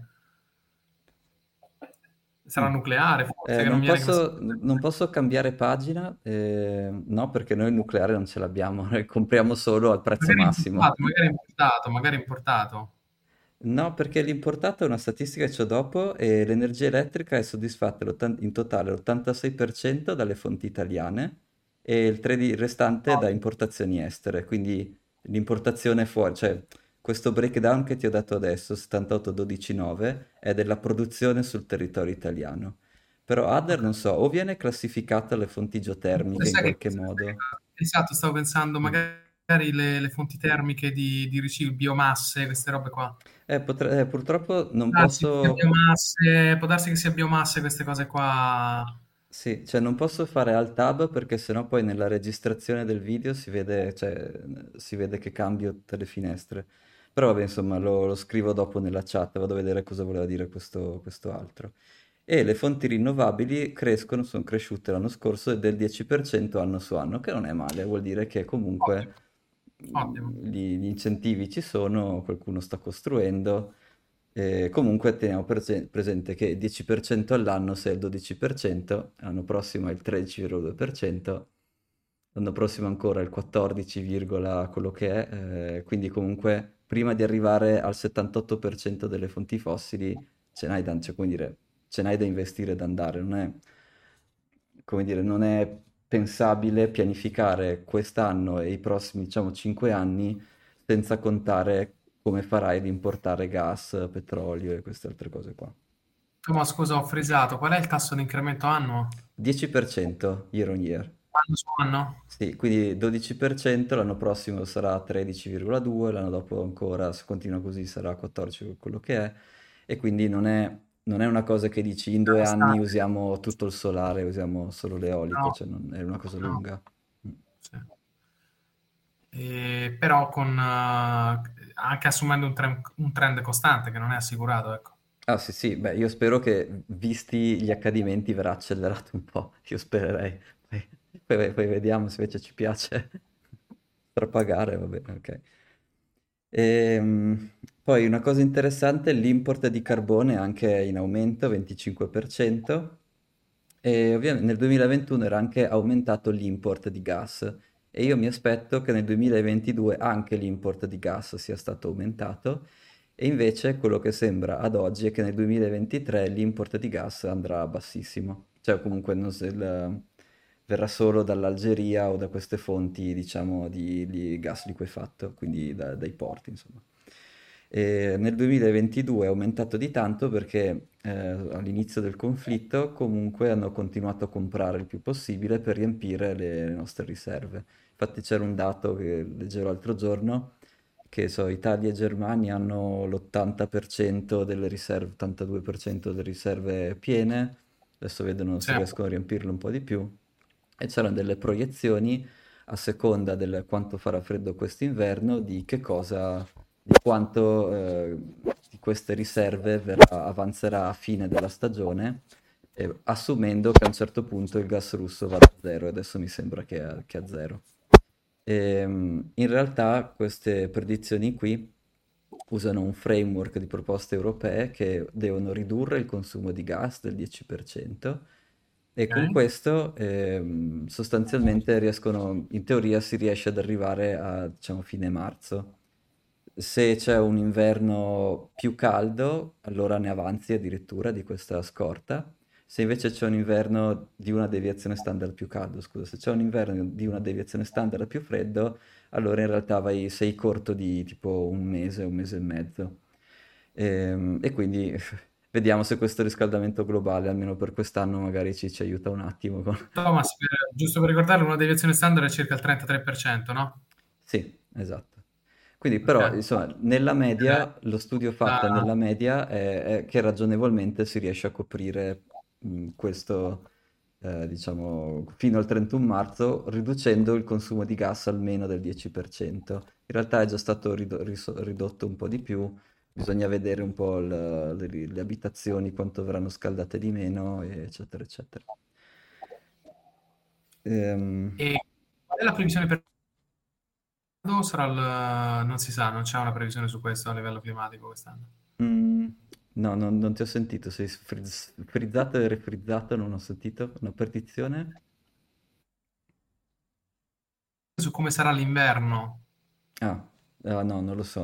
Sarà Mm. nucleare, forse, che non Non viene posso, classificato. non posso cambiare pagina, no, perché noi il nucleare non ce l'abbiamo, noi compriamo solo al prezzo Magari massimo. importato, magari importato, magari importato. No, perché l'importato è una statistica che c'ho dopo e l'energia elettrica è soddisfatta in totale l'86% dalle fonti italiane e il restante da importazioni estere, quindi l'importazione fuori, cioè questo breakdown che ti ho dato adesso, 78-12-9, è della produzione sul territorio italiano. Però Adder, Ok. non so, o viene classificata alle fonti geotermiche in Sai che qualche cosa? modo. Esatto, stavo pensando Mm. magari le fonti termiche di riciclo, biomasse, queste robe qua. Purtroppo non Può darsi che sia posso... biomasse, può darsi che sia biomasse queste cose qua. Sì, cioè non posso fare alt tab perché sennò poi nella registrazione del video si vede, cioè, si vede che cambio tutte le finestre. Però vabbè, insomma, lo scrivo dopo nella chat, vado a vedere cosa voleva dire questo altro. E le fonti rinnovabili crescono, sono cresciute l'anno scorso del 10% anno su anno, che non è male, vuol dire che comunque Ottimo, ottimo. gli incentivi ci sono, qualcuno sta costruendo. Comunque teniamo presente che 10% all'anno, se è il 12%, l'anno prossimo è il 13,2%, l'anno prossimo ancora il 14, quello che è, quindi comunque prima di arrivare al 78% delle fonti fossili cioè, come dire, ce n'hai da investire e da andare, non è, come dire, non è pensabile pianificare quest'anno e i prossimi, diciamo, 5 anni senza contare come farai ad importare gas, petrolio e queste altre cose qua. Ma scusa, ho frisato. Qual è il tasso di incremento annuo? 10% year on year. Anno su anno? Sì, quindi 12%, l'anno prossimo sarà 13,2, l'anno dopo ancora, se continua così, sarà 14 quello che è, e quindi non è una cosa che dici in È 2 anni costante. usiamo tutto il solare, usiamo solo l'eolico, No, cioè non è una cosa no. lunga. Mm. Sì. Però anche assumendo un trend costante che non è assicurato, ecco. Ah sì sì, beh io spero che visti gli accadimenti verrà accelerato un po', io spererei, poi, poi vediamo se invece ci piace strapagare, va bene, ok. Poi una cosa interessante, l'import di carbone anche in aumento, 25%, e ovviamente nel 2021 era anche aumentato l'import di gas e io mi aspetto che nel 2022 anche l'import di gas sia stato aumentato e invece quello che sembra ad oggi è che nel 2023 l'import di gas andrà bassissimo, cioè comunque non se verrà solo dall'Algeria o da queste fonti, diciamo, di gas liquefatto, quindi dai porti, insomma. E nel 2022 è aumentato di tanto perché all'inizio del conflitto comunque hanno continuato a comprare il più possibile per riempire le nostre riserve. Infatti c'era un dato che leggevo l'altro giorno che so, Italia e Germania hanno l'80% delle riserve, 82% delle riserve piene, adesso vedono se Sì. riescono a riempirle un po' di più, e c'erano delle proiezioni a seconda del quanto farà freddo quest'inverno, di che cosa, di quanto di queste riserve avanzerà a fine della stagione, assumendo che a un certo punto il gas russo vada a zero, e adesso mi sembra che è a zero. In realtà queste predizioni qui usano un framework di proposte europee che devono ridurre il consumo di gas del 10% e con Ok. questo sostanzialmente riescono, in teoria si riesce ad arrivare a diciamo fine marzo. Se c'è un inverno più caldo, allora ne avanzi addirittura di questa scorta. Se invece c'è un inverno di una deviazione standard più caldo, scusa, se c'è un inverno di una deviazione standard più freddo, allora in realtà sei corto di tipo un mese e mezzo. E quindi vediamo se questo riscaldamento globale, almeno per quest'anno, magari ci aiuta un attimo. Thomas, giusto per ricordarlo, una deviazione standard è circa il 33%, no? Sì, esatto. Quindi Ok. però, insomma, nella media, lo studio fatto La- nella media è che ragionevolmente si riesce a coprire questo, diciamo, fino al 31 marzo, riducendo il consumo di gas almeno del 10%. In realtà è già stato ridotto un po' di più, bisogna vedere un po' le abitazioni, quanto verranno scaldate di meno, eccetera, eccetera. Ehm, E qual è la previsione per quando sarà non si sa, non c'è una previsione su questo a livello climatico quest'anno. Mm, no, non ti ho sentito, sei frizzato e refrizzato, non ho sentito una petizione. Su come sarà l'inverno. Ah, no, non lo so,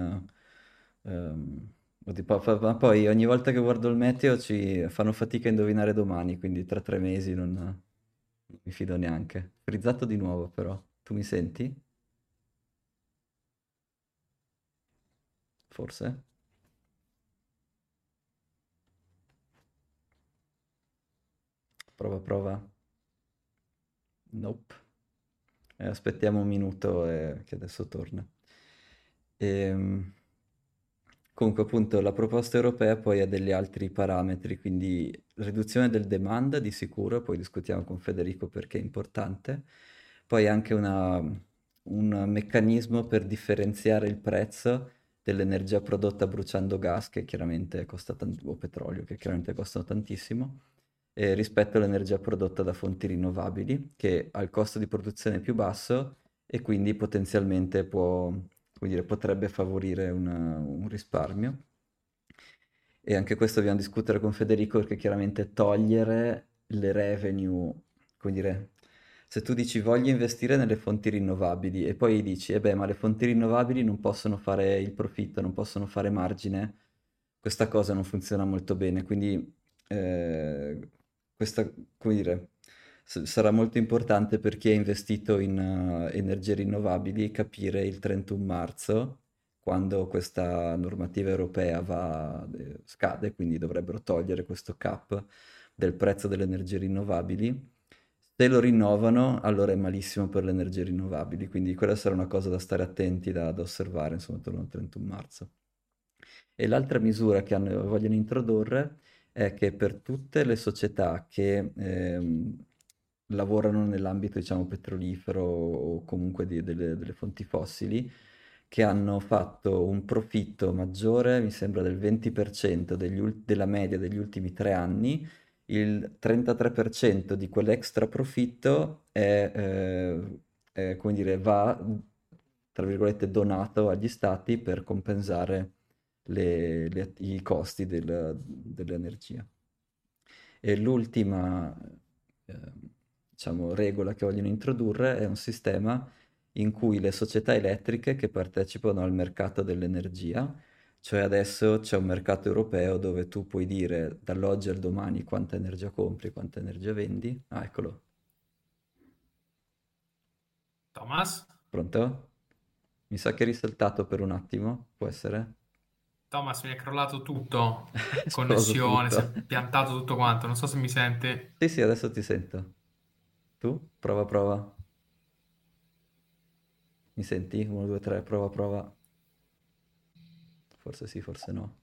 oddio, ma poi ogni volta che guardo il meteo ci fanno fatica a indovinare domani, quindi tra 3 mesi non mi fido neanche. Frizzato di nuovo però, tu mi senti? Forse? Prova, prova. Nope. Aspettiamo un minuto che adesso torna. Ehm, Comunque, appunto, la proposta europea poi ha degli altri parametri, quindi riduzione del demand di sicuro, poi discutiamo con Federico perché è importante, poi anche un meccanismo per differenziare il prezzo dell'energia prodotta bruciando gas, che chiaramente costa o petrolio, che chiaramente costano tantissimo, rispetto all'energia prodotta da fonti rinnovabili, che ha il costo di produzione più basso e quindi potenzialmente può, come dire, potrebbe favorire un risparmio. E anche questo dobbiamo discutere con Federico perché chiaramente togliere le revenue, come dire, se tu dici voglio investire nelle fonti rinnovabili e poi dici, beh, ma le fonti rinnovabili non possono fare il profitto, non possono fare margine, questa cosa non funziona molto bene. Quindi questa, come dire, sarà molto importante per chi è investito in energie rinnovabili capire il 31 marzo, quando questa normativa europea scade, quindi dovrebbero togliere questo cap del prezzo delle energie rinnovabili. Se lo rinnovano, allora è malissimo per le energie rinnovabili, quindi quella sarà una cosa da stare attenti, da osservare, insomma, attorno al 31 marzo. E l'altra misura che vogliono introdurre è che per tutte le società che lavorano nell'ambito, diciamo, petrolifero o comunque delle fonti fossili, che hanno fatto un profitto maggiore, mi sembra del 20% della media degli ultimi 3 anni, il 33% di quell'extra profitto come dire, va, tra virgolette, donato agli stati per compensare i costi dell'energia. E l'ultima, diciamo, regola che vogliono introdurre è un sistema in cui le società elettriche che partecipano al mercato dell'energia, cioè adesso c'è un mercato europeo dove tu puoi dire dall'oggi al domani quanta energia compri, quanta energia vendi. Ah, eccolo. Thomas? Pronto? Mi sa che è risaltato per un attimo, può essere? Thomas, mi è crollato tutto. È esploso Connessione, si è tutto. piantato tutto quanto. Non so se mi sente. Sì, sì, adesso ti sento. Tu? Prova, prova. Mi senti? 1, 2, 3, prova, prova. Forse sì, forse no.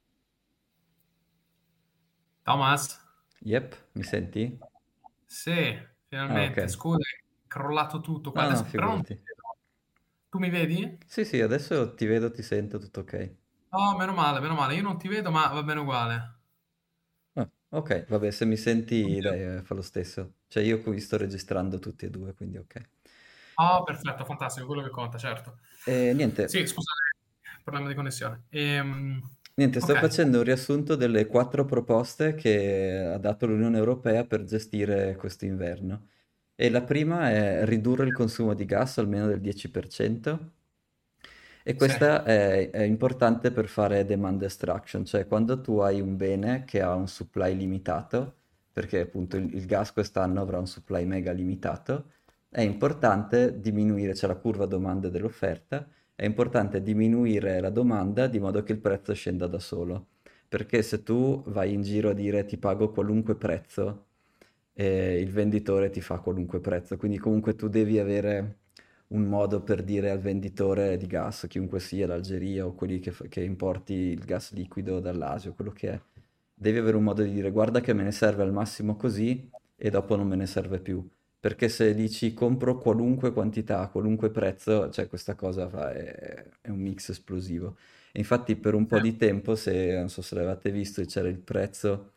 Thomas? Yep, mi senti? Sì, Ah, ok. finalmente. Scusa, è crollato tutto qua. No, no, Adesso però non ti figurati. vedo. Tu mi vedi? Sì, sì, adesso ti vedo, ti sento, tutto ok. Oh, meno male, meno male. Io non ti vedo, ma va bene uguale. Ah, ok, vabbè, se mi senti, dai, fa lo stesso. Cioè, io qui sto registrando tutti e due, quindi ok. Oh, perfetto, fantastico, quello che conta, certo. E niente, Sì, scusate, problema di connessione. niente, sto Ok, facendo un riassunto delle 4 proposte che ha dato l'Unione Europea per gestire questo inverno. E la prima è ridurre il consumo di gas almeno del 10%. E sì, questa è importante per fare demand destruction, cioè quando tu hai un bene che ha un supply limitato, perché appunto il gas quest'anno avrà un supply mega limitato, è importante diminuire, c'è la curva domanda e dell'offerta, è importante diminuire la domanda di modo che il prezzo scenda da solo. Perché se tu vai in giro a dire ti pago qualunque prezzo, il venditore ti fa qualunque prezzo, quindi comunque tu devi avere un modo per dire al venditore di gas, chiunque sia, l'Algeria o quelli che importi il gas liquido dall'Asia o quello che è, devi avere un modo di dire guarda che me ne serve al massimo così e dopo non me ne serve più. Perché se dici compro qualunque quantità, qualunque prezzo, cioè questa cosa è un mix esplosivo. E infatti per un sì, po' di tempo, se non so se l'avete visto, c'era il prezzo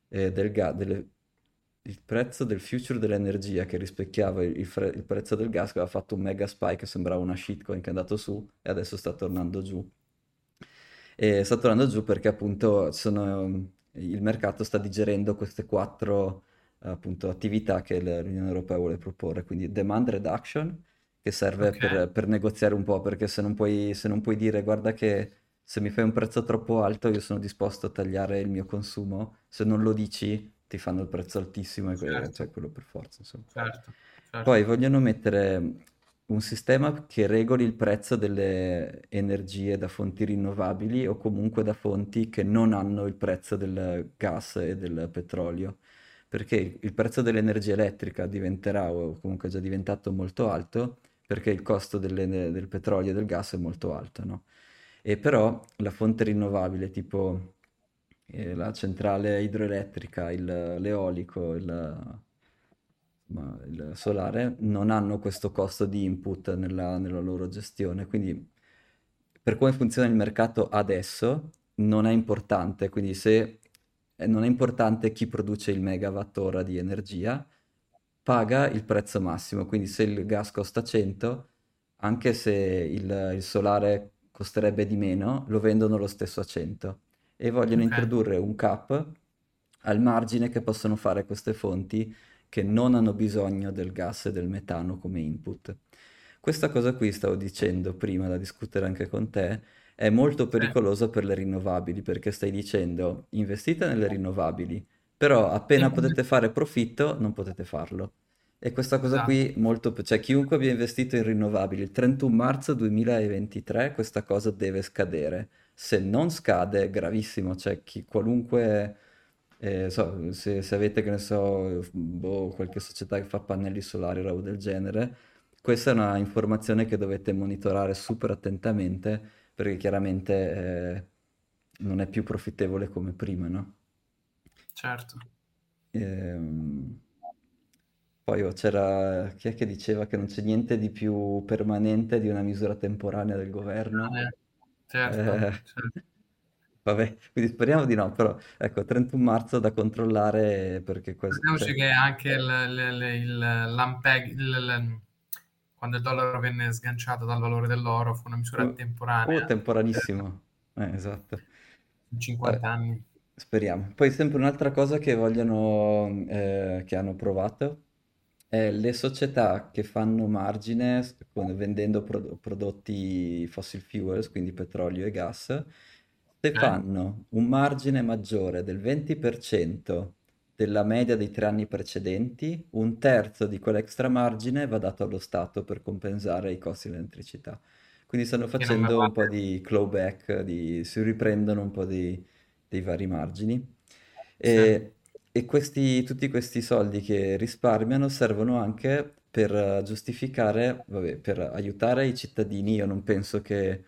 il prezzo del future dell'energia che rispecchiava il prezzo del gas che aveva fatto un mega spike che sembrava una shitcoin che è andato su e adesso sta tornando giù. E sta tornando giù perché appunto il mercato sta digerendo queste 4 appunto, attività che l'Unione Europea vuole proporre, quindi demand reduction, che serve ok, per negoziare un po', perché se non puoi dire guarda che se mi fai un prezzo troppo alto io sono disposto a tagliare il mio consumo, se non lo dici ti fanno il prezzo altissimo e cioè certo, quello per forza, insomma. certo, Poi certo. vogliono mettere un sistema che regoli il prezzo delle energie da fonti rinnovabili o comunque da fonti che non hanno il prezzo del gas e del petrolio, perché il prezzo dell'energia elettrica diventerà o comunque è già diventato molto alto perché il costo del petrolio e del gas è molto alto, no? E però la fonte rinnovabile, tipo la centrale idroelettrica, l'eolico, il solare, non hanno questo costo di input nella loro gestione. Quindi per come funziona il mercato adesso non è importante. Quindi se non è importante chi produce il megawatt ora di energia, paga il prezzo massimo. Quindi se il gas costa 100, anche se il solare costerebbe di meno, lo vendono lo stesso a 100 e vogliono Ok, introdurre un cap al margine che possono fare queste fonti che non hanno bisogno del gas e del metano come input. Questa cosa qui stavo dicendo prima da discutere anche con te, è molto sì. pericolosa per le rinnovabili perché stai dicendo investite nelle rinnovabili, però appena potete fare profitto non potete farlo. E questa cosa Esatto. qui molto, cioè chiunque abbia investito in rinnovabili il 31 marzo 2023 questa cosa deve scadere. Se non scade, gravissimo, cioè qualunque, se avete, che ne so, boh, qualche società che fa pannelli solari o roba del genere, questa è una informazione che dovete monitorare super attentamente perché chiaramente non è più profittevole come prima, no? Certo. Ehm, Poi c'era chi è che diceva che non c'è niente di più permanente di una misura temporanea del governo? Certo, Eh, certo. vabbè, quindi speriamo di no, però ecco, 31 marzo da controllare perché Ricordiamoci cioè, che anche l'Ampeg, quando il dollaro venne sganciato dal valore dell'oro, fu una misura temporanea temporanissimo. Esatto. in Vabbè, 50 anni. speriamo. Poi sempre un'altra cosa che vogliono, che hanno provato, è le società che fanno margine vendendo prodotti fossil fuels, quindi petrolio e gas, se Ok? fanno un margine maggiore del 20% della media dei 3 anni precedenti, un terzo di quell'extra margine va dato allo Stato per compensare i costi dell'elettricità. Quindi stanno Che non mi facendo un po' pare. di clawback, si riprendono un po' dei vari margini. Sì, E tutti questi soldi che risparmiano servono anche per giustificare, vabbè, per aiutare i cittadini. Io non penso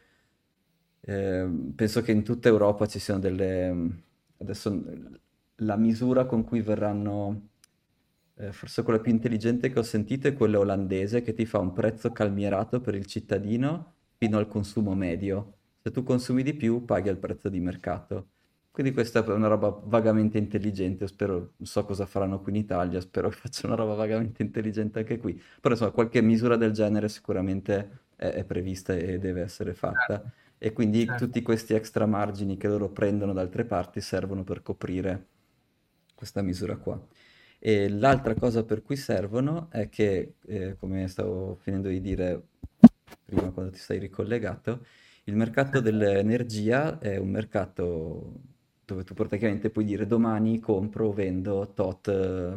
penso che in tutta Europa ci siano adesso la misura con cui verranno, forse quella più intelligente che ho sentito è quella olandese che ti fa un prezzo calmierato per il cittadino fino al consumo medio. Se tu consumi di più, paghi al prezzo di mercato. Quindi questa è una roba vagamente intelligente, spero, non so cosa faranno qui in Italia, spero che facciano una roba vagamente intelligente anche qui. Però insomma, qualche misura del genere sicuramente è prevista e deve essere fatta. certo, E quindi certo. tutti questi extra margini che loro prendono da altre parti servono per coprire questa misura qua. E l'altra cosa per cui servono è che, come stavo finendo di dire prima quando ti sei ricollegato, il Sì. mercato dell'energia è un mercato dove tu praticamente puoi dire domani compro o vendo tot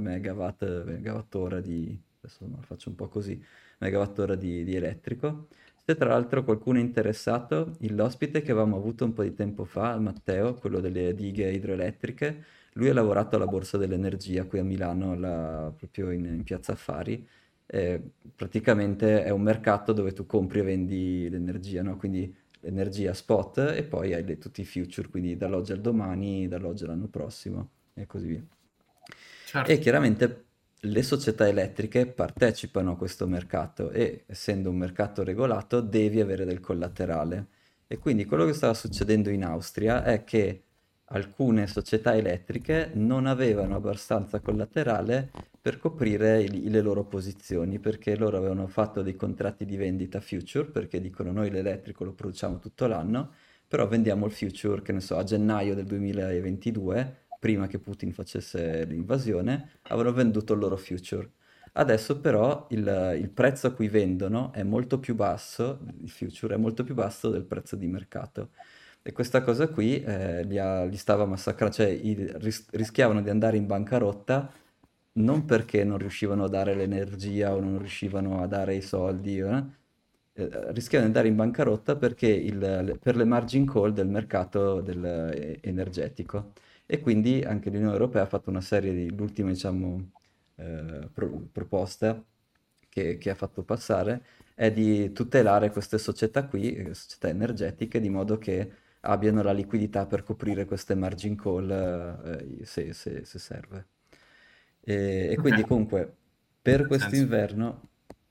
megawattora adesso lo faccio un po' così, megawattora di elettrico. Se tra l'altro qualcuno è interessato, l'ospite che avevamo avuto un po' di tempo fa, Matteo, quello delle dighe idroelettriche, lui ha lavorato alla Borsa dell'Energia qui a Milano, proprio in Piazza Affari. Praticamente è un mercato dove tu compri e vendi l'energia, no? Quindi l'energia spot e poi hai tutti i future, quindi dall'oggi al domani, dall'oggi all'anno prossimo e così via. E Certo. chiaramente le società elettriche partecipano a questo mercato e essendo un mercato regolato devi avere del collaterale. E quindi quello che stava succedendo in Austria è che alcune società elettriche non avevano abbastanza collaterale per coprire le loro posizioni, perché loro avevano fatto dei contratti di vendita future, perché dicono noi l'elettrico lo produciamo tutto l'anno, però vendiamo il future, che ne so, a gennaio del 2022, prima che Putin facesse l'invasione, avevano venduto il loro future. Adesso però il prezzo a cui vendono è molto più basso, il future è molto più basso del prezzo di mercato. E questa cosa qui li stava massacrando, cioè rischiavano di andare in bancarotta non perché non riuscivano a dare l'energia o non riuscivano a dare i soldi, rischiavano di andare in bancarotta perché per le margin call del mercato energetico. E quindi anche l'Unione Europea ha fatto una serie di, l'ultima, diciamo, proposta che ha fatto passare è di tutelare queste società qui, società energetiche, di modo che abbiano la liquidità per coprire queste margin call se serve. E Ok, quindi comunque per ha senso. quest'inverno,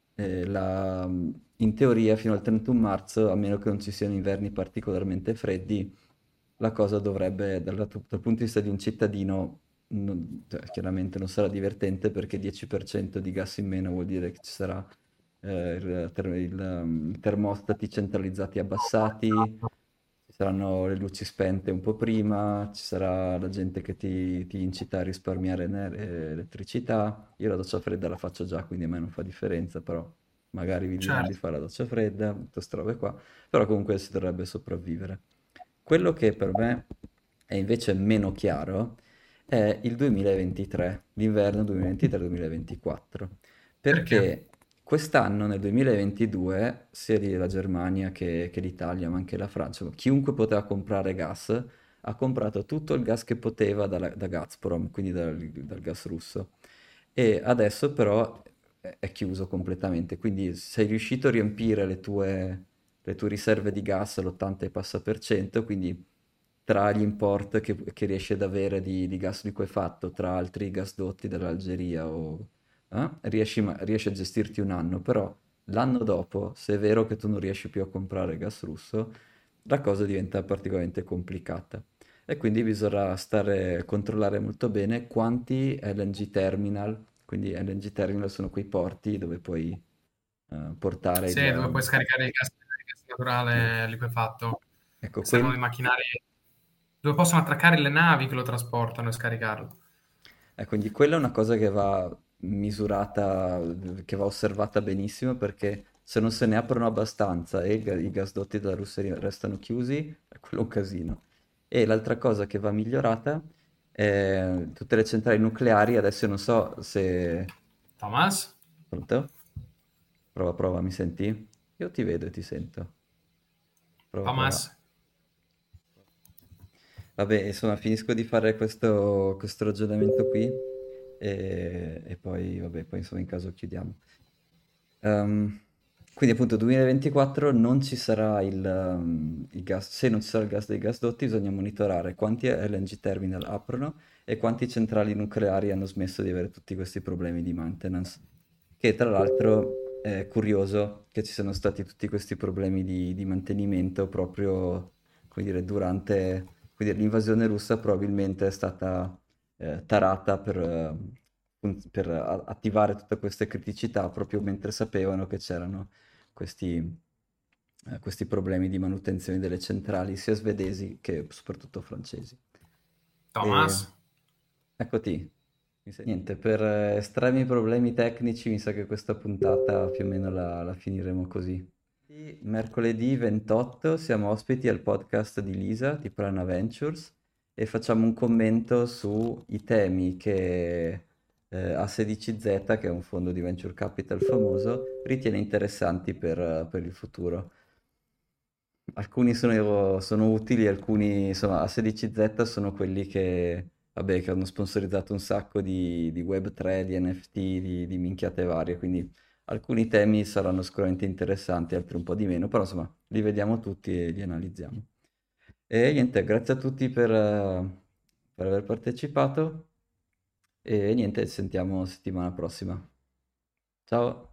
in teoria fino al 31 marzo, a meno che non ci siano inverni particolarmente freddi, la cosa dovrebbe, dal punto di vista di un cittadino, cioè, chiaramente non sarà divertente perché 10% di gas in meno vuol dire che ci sarà i termostati centralizzati abbassati, ci saranno le luci spente un po' prima, ci sarà la gente che ti incita a risparmiare elettricità. Io la doccia fredda la faccio già, quindi a me non fa differenza, però magari vi diranno di Certo, fare la doccia fredda, tutte queste robe qua, però comunque si dovrebbe sopravvivere. Quello che per me è invece meno chiaro è il 2023, l'inverno 2023-2024, perché? perché quest'anno, nel 2022, sia la Germania che l'Italia, ma anche la Francia, chiunque poteva comprare gas, ha comprato tutto il gas che poteva da Gazprom, quindi dal gas russo. E adesso però è chiuso completamente, quindi sei riuscito a riempire le tue riserve di gas all'80 e passa per cento, quindi tra gli import che riesci ad avere di gas liquefatto, tra altri gasdotti dall'Algeria riesci a gestirti un anno, però l'anno dopo, se è vero che tu non riesci più a comprare gas russo, la cosa diventa particolarmente complicata. E quindi bisogna controllare molto bene quanti LNG terminal, quindi LNG terminal sono quei porti dove puoi portare Se dove il... puoi scaricare il gas sì. naturale liquefatto, Ecco, che servono i macchinari, dove possono attraccare le navi che lo trasportano e scaricarlo. quindi quella è una cosa che va misurata, che va osservata benissimo perché se non se ne aprono abbastanza e i gasdotti della Russia restano chiusi, è quello un casino. E l'altra cosa che va migliorata è tutte le centrali nucleari, adesso io non so se... Thomas? Pronto? Prova, prova, mi senti? Io ti vedo e ti sento. Prova, prova. Thomas? Vabbè, insomma, finisco di fare questo ragionamento qui e poi, vabbè, poi insomma in caso chiudiamo. Ehm, quindi appunto 2024 non ci sarà il gas, se non ci sarà il gas dei gasdotti bisogna monitorare quanti LNG terminal aprono e quanti centrali nucleari hanno smesso di avere tutti questi problemi di maintenance. Che tra l'altro è curioso che ci siano stati tutti questi problemi di mantenimento proprio, come dire, durante... Quindi l'invasione russa probabilmente è stata tarata per attivare tutte queste criticità proprio mentre sapevano che c'erano questi problemi di manutenzione delle centrali sia svedesi che soprattutto francesi. E Thomas? eccoti, niente, per estremi problemi tecnici mi sa che questa puntata più o meno la finiremo così. Mercoledì 28 siamo ospiti al podcast di Lisa di Prana Ventures e facciamo un commento sui temi che A16Z, che è un fondo di venture capital famoso, ritiene interessanti per il futuro. Alcuni sono utili, alcuni, insomma, A16Z sono quelli che, vabbè, che hanno sponsorizzato un sacco di Web3, di NFT, di minchiate varie, quindi alcuni temi saranno sicuramente interessanti, altri un po' di meno, però insomma, li vediamo tutti e li analizziamo. E niente, grazie a tutti per aver partecipato e niente, ci sentiamo settimana prossima. Ciao!